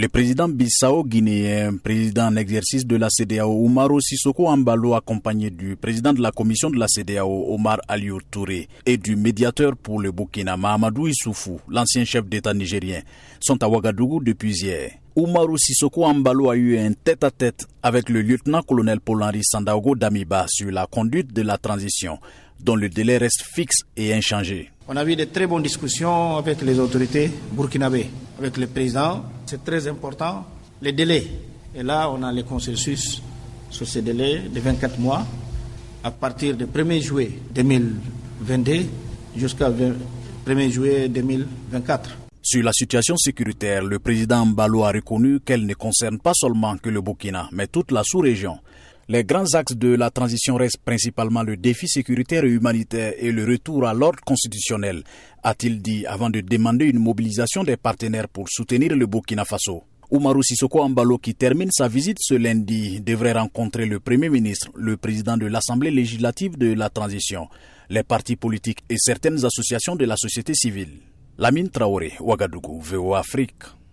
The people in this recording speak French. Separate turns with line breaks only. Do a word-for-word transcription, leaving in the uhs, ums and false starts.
Le président bissau-guinéen, président en exercice de la C E D E A O, Umaro Sissoko Embalo, accompagné du président de la commission de la C E D E A O, Omar Aliou Touré, et du médiateur pour le Burkina, Mahamadou Issoufou, l'ancien chef d'État nigérien, sont à Ouagadougou depuis hier. Umaro Sissoko Embalo a eu un tête-à-tête avec le lieutenant-colonel Paul-Henri Sandaogo Damiba sur la conduite de la transition, dont le délai reste fixe et inchangé.
On a eu de très bonnes discussions avec les autorités burkinabées, avec le président. C'est très important, les délais. Et là, on a le consensus sur ces délais de vingt-quatre mois, à partir du premier juillet deux mille vingt-deux jusqu'au premier juillet deux mille vingt-quatre.
Sur la situation sécuritaire, le président Embalo a reconnu qu'elle ne concerne pas seulement que le Burkina, mais toute la sous-région. Les grands axes de la transition restent principalement le défi sécuritaire et humanitaire et le retour à l'ordre constitutionnel, a-t-il dit avant de demander une mobilisation des partenaires pour soutenir le Burkina Faso. Umaro Sissoko Embalo, qui termine sa visite ce lundi, devrait rencontrer le Premier ministre, le président de l'Assemblée législative de la transition, les partis politiques et certaines associations de la société civile. Lamine Traoré, Ouagadougou, V O A Afrique.